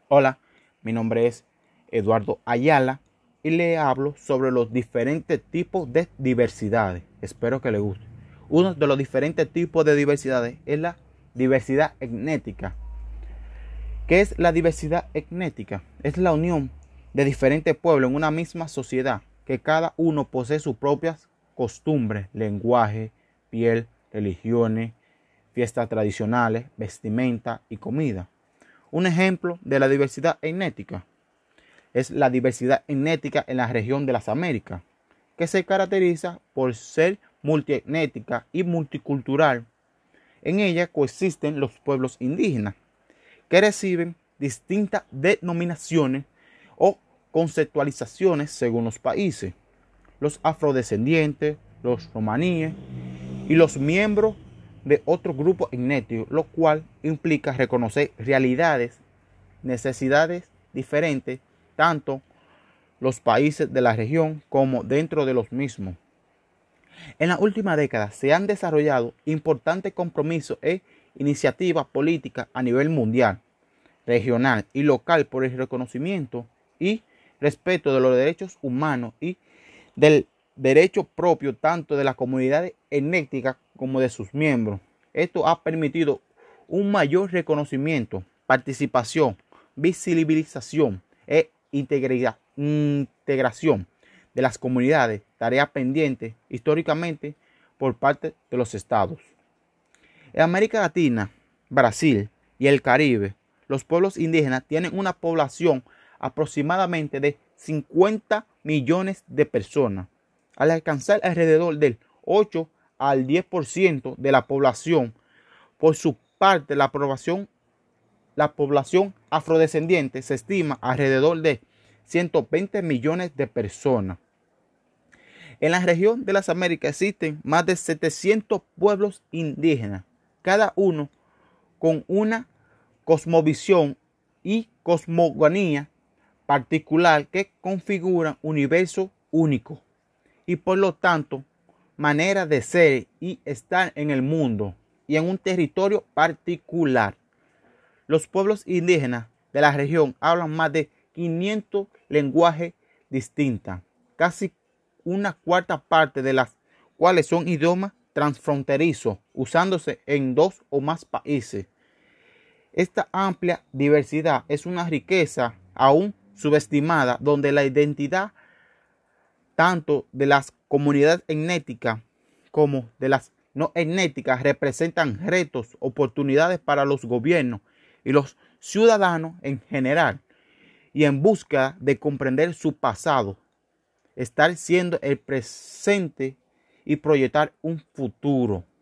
Hola, mi nombre es Eduardo Ayala y le hablo sobre los diferentes tipos de diversidades. Espero que le guste. Uno de los diferentes tipos de diversidades es la diversidad etnética. ¿Qué es la diversidad etnética? Es la unión de diferentes pueblos en una misma sociedad, que cada uno posee sus propias costumbres, lenguaje, piel, religiones, fiestas tradicionales, vestimenta y comida. Un ejemplo de la diversidad etnética es la diversidad etnética en la región de las Américas, que se caracteriza por ser multietnética y multicultural. En ella coexisten los pueblos indígenas, que reciben distintas denominaciones o conceptualizaciones según los países. Los afrodescendientes, los romaníes y los miembros de otro grupo etnético, lo cual implica reconocer realidades, necesidades diferentes, tanto los países de la región como dentro de los mismos. En la última década se han desarrollado importantes compromisos e iniciativas políticas a nivel mundial, regional y local por el reconocimiento y respeto de los derechos humanos y del derecho propio tanto de las comunidades étnicas como de sus miembros. Esto ha permitido un mayor reconocimiento, participación, visibilización e integración de las comunidades, tareas pendientes históricamente por parte de los estados. En América Latina, Brasil y el Caribe, los pueblos indígenas tienen una población aproximadamente de 50 millones de personas, al alcanzar alrededor del 8 al 10% de la población. Por su parte, la población afrodescendiente se estima alrededor de 120 millones de personas. En la región de las Américas existen más de 700 pueblos indígenas, cada uno con una cosmovisión y cosmogonía particular que configuran un universo único y por lo tanto manera de ser y estar en el mundo y en un territorio particular. Los pueblos indígenas de la región hablan más de 500 lenguajes distintos, casi una cuarta parte de las cuales son idiomas transfronterizos, usándose en 2 o más países. Esta amplia diversidad es una riqueza aún subestimada, donde la identidad tanto de las comunidades etnéticas como de las no etnéticas representan retos, oportunidades para los gobiernos y los ciudadanos en general, y en busca de comprender su pasado, estar siendo el presente y proyectar un futuro.